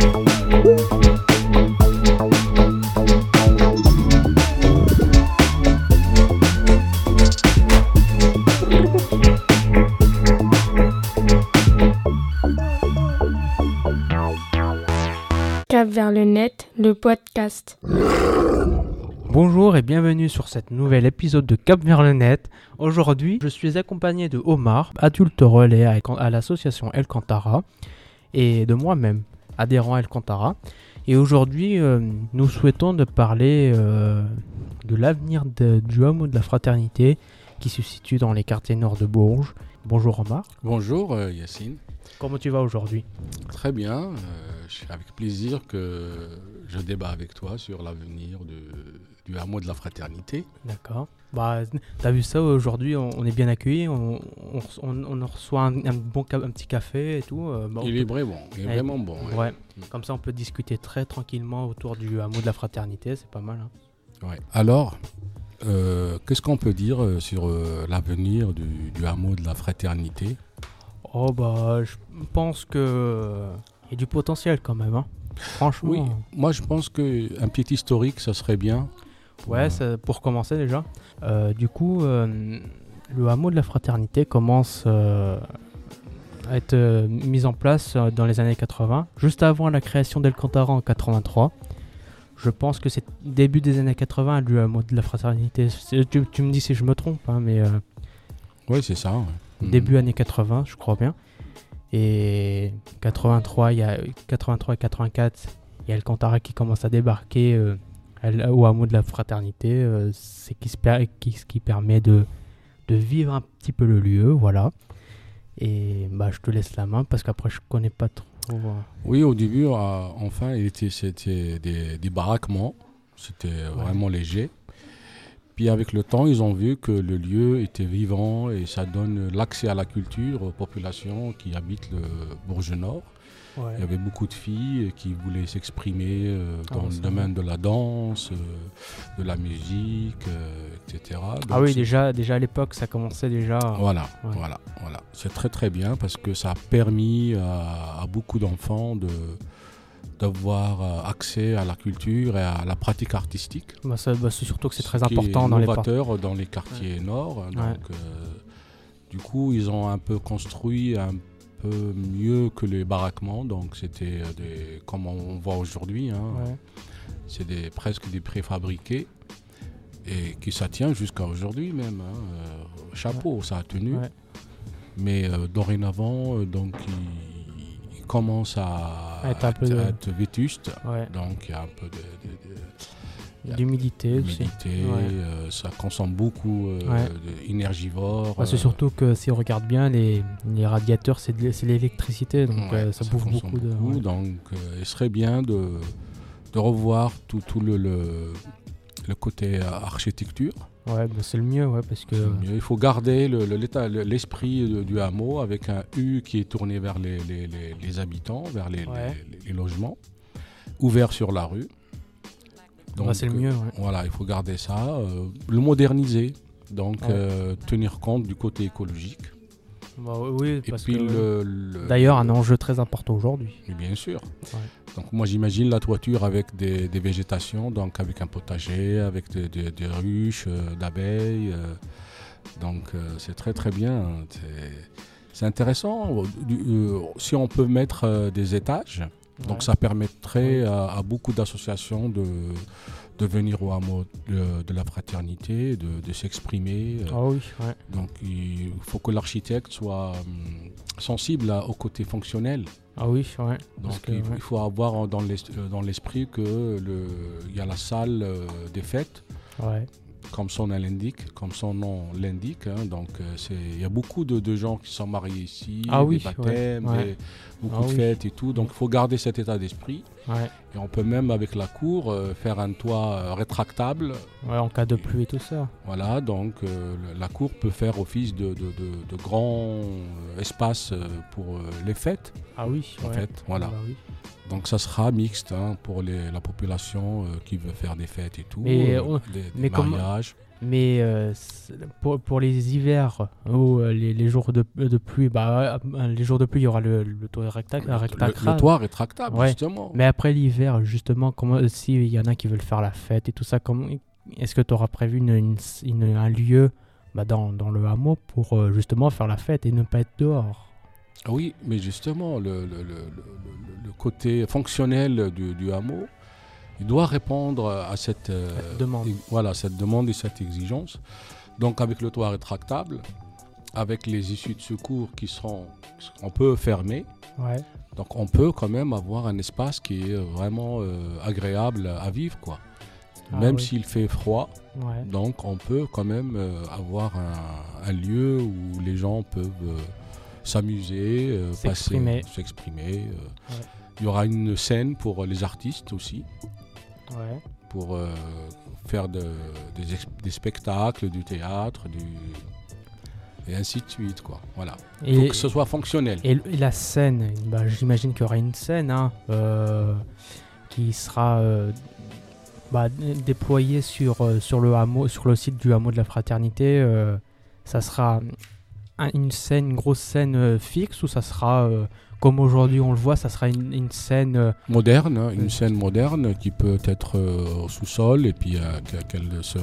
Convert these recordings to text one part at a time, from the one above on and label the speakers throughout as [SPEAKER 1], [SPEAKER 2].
[SPEAKER 1] Cap vers le net, le podcast.
[SPEAKER 2] Bonjour et bienvenue sur cet nouvel épisode de Cap vers le net. Aujourd'hui, je suis accompagné de Omar, adulte relais à l'association El Kantara, et de moi-même, adhérent à El Kantara. Et aujourd'hui, nous souhaitons de parler de l'avenir du hameau de la fraternité qui se situe dans les quartiers nord de Bourges. Bonjour Omar.
[SPEAKER 3] Bonjour Yacine.
[SPEAKER 2] Comment tu vas aujourd'hui ?
[SPEAKER 3] Très bien, c'est avec plaisir que je débat avec toi sur l'avenir du hameau de la fraternité.
[SPEAKER 2] D'accord. T'as vu ça aujourd'hui, on est bien accueillis, on reçoit un petit café et tout.
[SPEAKER 3] Il est vraiment bon.
[SPEAKER 2] Ouais. Comme ça on peut discuter très tranquillement autour du hameau de la fraternité, c'est pas mal. Hein.
[SPEAKER 3] Ouais. Alors, qu'est-ce qu'on peut dire sur l'avenir du hameau de la fraternité ?
[SPEAKER 2] Je pense que il y a du potentiel quand même, hein. Franchement.
[SPEAKER 3] Oui, moi je pense qu'un petit historique, ça serait bien.
[SPEAKER 2] Ouais, pour commencer déjà. Le hameau de la fraternité commence à être mis en place dans les années 80, juste avant la création d'El Kantara en 83. Je pense que c'est début des années 80, le hameau de la fraternité. Tu me dis si je me trompe, hein, mais...
[SPEAKER 3] Oui, c'est ça. Ouais.
[SPEAKER 2] Début années 80, je crois bien. Et 83 et 84, il y a El Kantara qui commence à débarquer au hameau de la fraternité. C'est ce qui permet de vivre un petit peu le lieu, voilà. Et je te laisse la main parce qu'après je connais pas trop.
[SPEAKER 3] Oui, au début, c'était des baraquements. C'était vraiment léger. Puis avec le temps, ils ont vu que le lieu était vivant et ça donne l'accès à la culture aux populations qui habitent le Bourges Nord. Ouais. Il y avait beaucoup de filles qui voulaient s'exprimer dans le domaine de la danse, de la musique, etc. Donc
[SPEAKER 2] déjà à l'époque, ça commençait déjà.
[SPEAKER 3] Voilà. C'est très très bien parce que ça a permis à beaucoup d'enfants d'avoir accès à la culture et à la pratique artistique.
[SPEAKER 2] C'est surtout que c'est très important dans
[SPEAKER 3] les quartiers nord. Donc, du coup, ils ont un peu construit un peu mieux que les baraquements. Donc, c'était comme on voit aujourd'hui. Hein, c'est presque des préfabriqués et qui ça tient jusqu'à aujourd'hui même. Hein, chapeau, ça a tenu. Ouais. Mais dorénavant, donc commence à être vétuste, donc il y a un peu
[SPEAKER 2] d'humidité aussi.
[SPEAKER 3] Ça consomme beaucoup d'énergivores.
[SPEAKER 2] C'est surtout que si on regarde bien, les radiateurs, c'est l'électricité, donc ça bouffe beaucoup.
[SPEAKER 3] Donc il serait bien de revoir tout le côté architecture.
[SPEAKER 2] C'est le mieux, parce que...
[SPEAKER 3] Il faut garder l'esprit du hameau avec un U qui est tourné vers les habitants, vers les logements, ouvert sur la rue.
[SPEAKER 2] Donc, c'est le mieux,
[SPEAKER 3] Voilà, il faut garder ça, le moderniser, donc tenir compte du côté écologique.
[SPEAKER 2] Oui, parce que d'ailleurs, un enjeu très important aujourd'hui.
[SPEAKER 3] Bien sûr. Donc moi j'imagine la toiture avec des végétations, donc avec un potager, avec des ruches, d'abeilles. Donc c'est très très bien. C'est intéressant. Si on peut mettre des étages, donc ça permettrait à beaucoup d'associations de venir au hameau de la fraternité, de s'exprimer. Donc il faut que l'architecte soit sensible au côté fonctionnel. Donc il faut avoir dans l'esprit que il y a la salle des fêtes, comme son nom l'indique. Hein, donc il y a beaucoup de gens qui sont mariés ici, des baptêmes, beaucoup de fêtes et tout. Donc il faut garder cet état d'esprit. Et on peut même avec la cour faire un toit rétractable.
[SPEAKER 2] En cas de pluie et tout ça.
[SPEAKER 3] Voilà, donc la cour peut faire office de grand espace pour les fêtes. Voilà. Donc ça sera mixte pour la population qui veut faire des fêtes et tout, des mariages.
[SPEAKER 2] Mais pour les hivers ou les jours de pluie, les jours de pluie, il y aura le toit rétractable.
[SPEAKER 3] Le toit rétractable,
[SPEAKER 2] Ouais.
[SPEAKER 3] justement.
[SPEAKER 2] Mais après l'hiver, justement, s'il y en a qui veulent faire la fête et tout ça, est-ce que tu auras prévu un lieu dans le hameau pour justement faire la fête et ne pas être dehors?
[SPEAKER 3] Oui, mais justement, le côté fonctionnel du hameau, il doit répondre à cette
[SPEAKER 2] demande.
[SPEAKER 3] Cette demande et cette exigence. Donc avec le toit rétractable, avec les issues de secours qui seront un peu fermées,
[SPEAKER 2] Ouais.
[SPEAKER 3] donc on peut quand même avoir un espace qui est vraiment agréable à vivre, quoi.
[SPEAKER 2] Ah
[SPEAKER 3] Même
[SPEAKER 2] oui.
[SPEAKER 3] s'il fait froid,
[SPEAKER 2] Ouais.
[SPEAKER 3] donc on peut quand même avoir un lieu où les gens peuvent s'amuser, s'exprimer. Il y aura une scène pour les artistes aussi,
[SPEAKER 2] Ouais.
[SPEAKER 3] pour faire des spectacles, du théâtre, et ainsi de suite, quoi. Voilà. Il faut que ce soit fonctionnel.
[SPEAKER 2] Et la scène, j'imagine qu'il y aura une scène qui sera déployée sur le hameau, sur le site du hameau de la Fraternité. Ça sera une grosse scène fixe, ou ça sera comme aujourd'hui on le voit, ça sera une scène
[SPEAKER 3] moderne, une scène moderne qui peut être au sous-sol et puis qu'elle se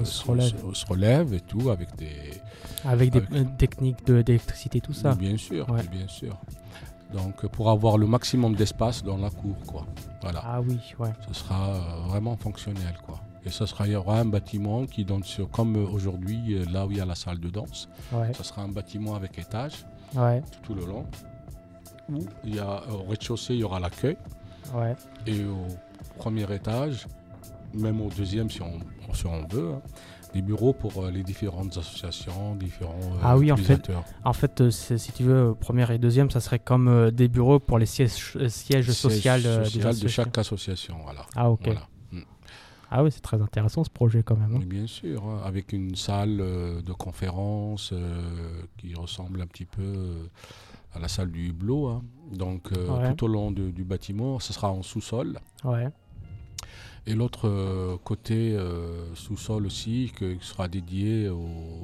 [SPEAKER 3] relève et tout avec des
[SPEAKER 2] techniques d'électricité, tout ça.
[SPEAKER 3] Bien sûr,
[SPEAKER 2] Ouais.
[SPEAKER 3] bien sûr. Donc pour avoir le maximum d'espace dans la cour, quoi. Voilà.
[SPEAKER 2] Ah oui, ouais.
[SPEAKER 3] Ce sera vraiment fonctionnel, quoi. Et il y aura un bâtiment qui donne comme aujourd'hui, là où il y a la salle de danse.
[SPEAKER 2] Ouais.
[SPEAKER 3] Ce sera un bâtiment avec étage
[SPEAKER 2] Ouais.
[SPEAKER 3] tout le long. Où au rez-de-chaussée, il y aura l'accueil.
[SPEAKER 2] Ouais.
[SPEAKER 3] Et au premier étage, même au deuxième si on veut, des bureaux pour les différentes associations, différents utilisateurs.
[SPEAKER 2] En fait, si tu veux, première et deuxième, ça serait comme des bureaux pour les sièges sociaux
[SPEAKER 3] de chaque association. Voilà.
[SPEAKER 2] Ah ok.
[SPEAKER 3] Voilà.
[SPEAKER 2] Ah oui, c'est très intéressant ce projet quand même.
[SPEAKER 3] Oui, bien sûr, avec une salle de conférence qui ressemble un petit peu à la salle du Hublot. Donc tout au long du bâtiment, ce sera en sous-sol.
[SPEAKER 2] Ouais.
[SPEAKER 3] Et l'autre côté sous-sol aussi, qui sera dédié aux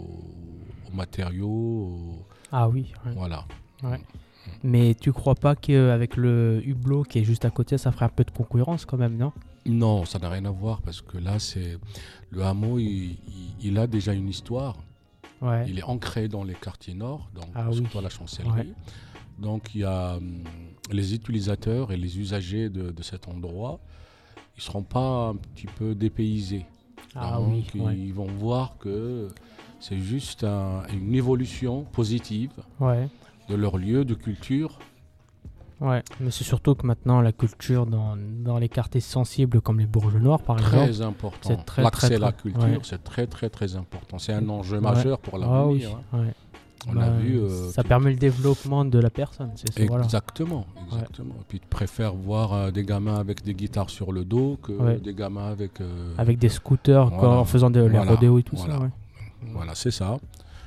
[SPEAKER 3] matériaux.
[SPEAKER 2] Ah oui. Ouais.
[SPEAKER 3] Voilà.
[SPEAKER 2] Ouais. Mais tu crois pas qu'avec le Hublot qui est juste à côté, ça ferait un peu de concurrence quand même, non?
[SPEAKER 3] Non, ça n'a rien à voir parce que là, le hameau, il a déjà une histoire.
[SPEAKER 2] Ouais.
[SPEAKER 3] Il est ancré dans les quartiers nord, donc surtout à la Chancellerie.
[SPEAKER 2] Ouais.
[SPEAKER 3] Donc il y a les utilisateurs et les usagers de cet endroit, ils ne seront pas un petit peu dépaysés.
[SPEAKER 2] Ah
[SPEAKER 3] donc,
[SPEAKER 2] oui. Ouais.
[SPEAKER 3] ils vont voir que c'est juste une évolution positive de leur lieu de culture.
[SPEAKER 2] Ouais, mais c'est surtout que maintenant la culture dans les quartiers sensibles comme les Bourges Nord par exemple,
[SPEAKER 3] très important. L'accès à la culture, c'est très très très important. C'est un enjeu majeur pour l'avenir.
[SPEAKER 2] Ah oui, ouais.
[SPEAKER 3] On a vu.
[SPEAKER 2] Ça permet le développement de la personne.
[SPEAKER 3] Exactement. Et puis tu préfères voir des gamins avec des guitares sur le dos que des gamins avec
[SPEAKER 2] des scooters en faisant les rodéos et tout ça. Ouais.
[SPEAKER 3] Voilà, c'est ça.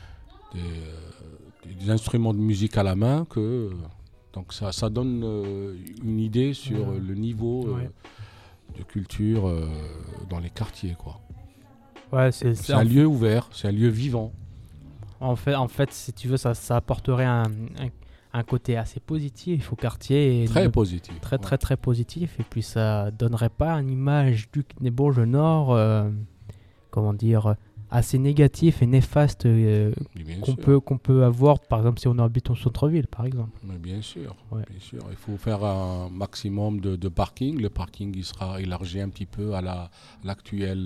[SPEAKER 3] Des instruments de musique à la main donc ça donne une idée sur le niveau de culture dans les quartiers, quoi.
[SPEAKER 2] Ouais,
[SPEAKER 3] c'est un lieu ouvert, c'est un lieu vivant.
[SPEAKER 2] En fait, si tu veux, ça apporterait un côté assez positif au quartier.
[SPEAKER 3] Très positif.
[SPEAKER 2] Très, très, très positif. Et puis ça donnerait pas une image des Bourges Nord, assez négatif et néfaste qu'on peut avoir, par exemple, si on habite au centre-ville, par exemple.
[SPEAKER 3] Mais bien sûr. Il faut faire un maximum de parking. Le parking, il sera élargi un petit peu à l'actuel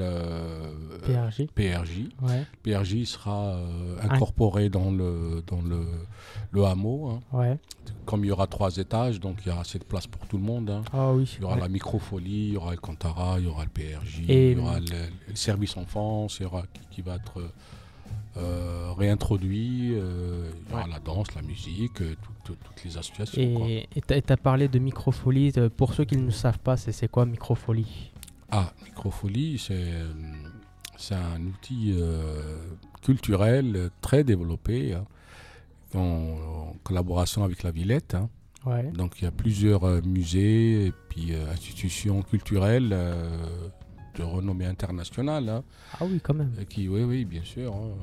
[SPEAKER 3] PRJ.
[SPEAKER 2] Ouais.
[SPEAKER 3] PRJ sera incorporé dans le hameau. Comme il y aura 3 étages, donc il y a assez de place pour tout le monde.
[SPEAKER 2] Ah oui.
[SPEAKER 3] Il y aura la microfolie, il y aura le Cantara, il y aura le PRJ, il y aura le service enfance, il y aura qui va être réintroduit, il y aura la danse, la musique, toutes les associations.
[SPEAKER 2] Et tu as parlé de microfolie. Pour ceux qui ne savent pas, c'est quoi microfolie?
[SPEAKER 3] Microfolie, c'est un outil culturel très développé en collaboration avec la Villette. Donc il y a plusieurs musées et puis institutions culturelles de renommée internationale. Hein,
[SPEAKER 2] Ah oui, quand même.
[SPEAKER 3] oui, bien sûr. Hein,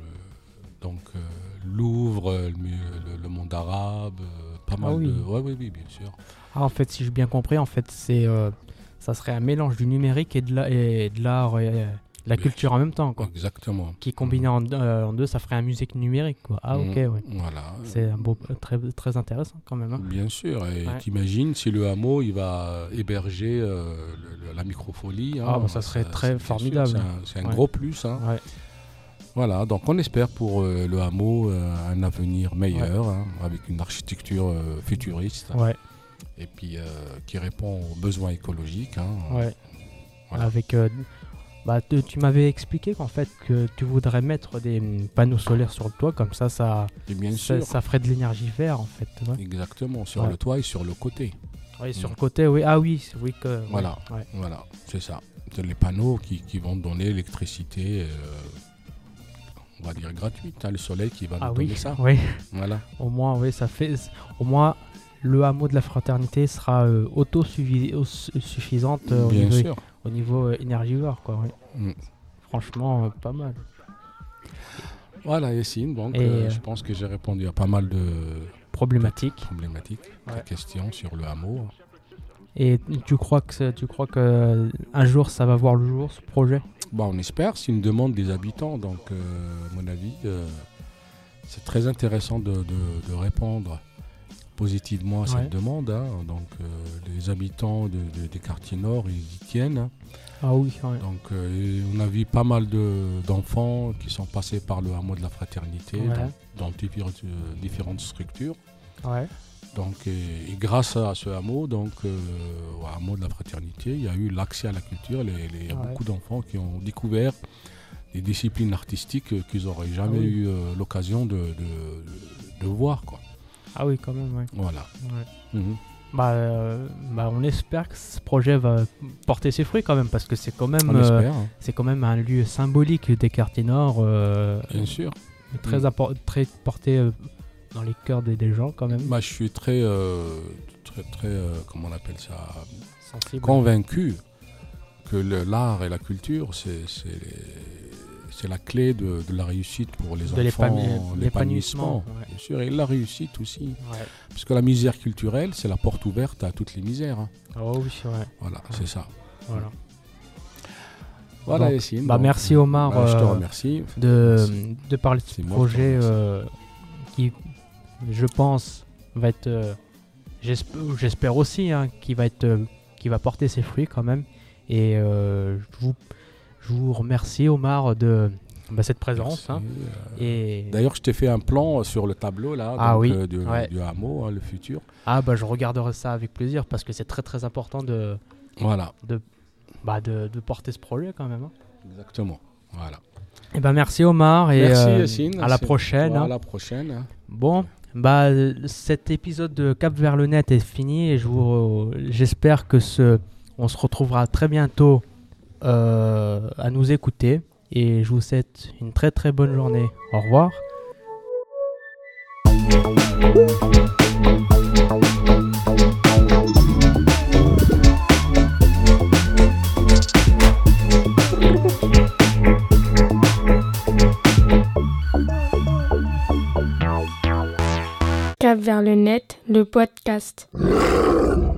[SPEAKER 3] Louvre, le monde arabe, pas mal
[SPEAKER 2] oui.
[SPEAKER 3] de... Oui, bien sûr.
[SPEAKER 2] Ah, en fait, si j'ai bien compris, en fait, ça serait un mélange du numérique et de l'art et de la culture en même temps, quoi.
[SPEAKER 3] Exactement.
[SPEAKER 2] Qui combiné en deux, ça ferait un musée numérique, quoi. Ah, ok, ouais.
[SPEAKER 3] Voilà.
[SPEAKER 2] C'est très, très intéressant, quand même. Hein.
[SPEAKER 3] Bien sûr. Et t'imagines si le hameau, il va héberger la microfolie. Hein,
[SPEAKER 2] ça serait très formidable.
[SPEAKER 3] Sûr, c'est un gros plus. Hein.
[SPEAKER 2] Ouais.
[SPEAKER 3] Voilà, donc on espère pour le hameau un avenir meilleur, hein, avec une architecture futuriste.
[SPEAKER 2] Ouais.
[SPEAKER 3] Et puis qui répond aux besoins écologiques. Hein,
[SPEAKER 2] ouais.
[SPEAKER 3] Voilà.
[SPEAKER 2] Avec... tu m'avais expliqué qu'en fait que tu voudrais mettre des panneaux solaires sur le toit, comme ça ferait de l'énergie verte en fait. Ouais.
[SPEAKER 3] Exactement, sur le toit et sur le côté.
[SPEAKER 2] Oui, sur le côté, oui. Ah oui,
[SPEAKER 3] voilà, c'est ça. C'est les panneaux qui vont donner l'électricité, on va dire gratuite, hein, le soleil qui va nous donner ça.
[SPEAKER 2] Oui.
[SPEAKER 3] Voilà.
[SPEAKER 2] Au moins, au moins le hameau de la fraternité sera autosuffisante au niveau énergivore, quoi. Oui. Franchement, pas mal.
[SPEAKER 3] Voilà, Yacine. Donc, je pense que j'ai répondu à pas mal de
[SPEAKER 2] problématiques,
[SPEAKER 3] de questions sur le hameau.
[SPEAKER 2] Et tu crois que un jour ça va voir le jour, ce projet?
[SPEAKER 3] On espère, c'est une demande des habitants. Donc, à mon avis, c'est très intéressant de répondre positivement à cette demande. Hein. Donc, les habitants des quartiers nord, ils y tiennent. Hein.
[SPEAKER 2] Ah oui. Ouais.
[SPEAKER 3] Donc, on a vu pas mal d'enfants qui sont passés par le hameau de la fraternité dans différentes structures.
[SPEAKER 2] Ouais.
[SPEAKER 3] Donc, et grâce à ce hameau, au hameau de la fraternité, il y a eu l'accès à la culture. Il y a beaucoup d'enfants qui ont découvert des disciplines artistiques qu'ils n'auraient jamais eu l'occasion de voir, quoi.
[SPEAKER 2] Ah oui, quand même, ouais.
[SPEAKER 3] Voilà.
[SPEAKER 2] Ouais. On espère que ce projet va porter ses fruits quand même, parce que c'est quand même, c'est quand même un lieu symbolique des quartiers nord.
[SPEAKER 3] Bien sûr.
[SPEAKER 2] Très porté dans les cœurs des gens quand même.
[SPEAKER 3] Je suis très, comment on appelle ça,
[SPEAKER 2] sensible,
[SPEAKER 3] convaincu que l'art et la culture, c'est la clé de la réussite pour les enfants, l'épanouissement, bien sûr, et la réussite aussi. Ouais. Parce que la misère culturelle, c'est la porte ouverte à toutes les misères. Hein.
[SPEAKER 2] Oh oui, c'est vrai.
[SPEAKER 3] Voilà, c'est ça.
[SPEAKER 2] Voilà,
[SPEAKER 3] Yacine.
[SPEAKER 2] Merci Omar.
[SPEAKER 3] Je te remercie.
[SPEAKER 2] De parler de ce projet qui, je pense, va être, j'espère aussi, hein, qui va porter ses fruits quand même. Et je vous remercie Omar de cette présence. Hein. Et
[SPEAKER 3] d'ailleurs, je t'ai fait un plan sur le tableau là, du hameau, hein, le futur.
[SPEAKER 2] Je regarderai ça avec plaisir parce que c'est très très important de porter ce projet quand même. Hein.
[SPEAKER 3] Exactement. Voilà.
[SPEAKER 2] Et merci Omar et
[SPEAKER 3] merci Yacine.
[SPEAKER 2] À la prochaine.
[SPEAKER 3] À la prochaine.
[SPEAKER 2] Bon, cet épisode de Cap vers le net est fini et j'espère que on se retrouvera très bientôt à nous écouter et je vous souhaite une très très bonne journée. Au revoir.
[SPEAKER 1] Cap vers le net, le podcast.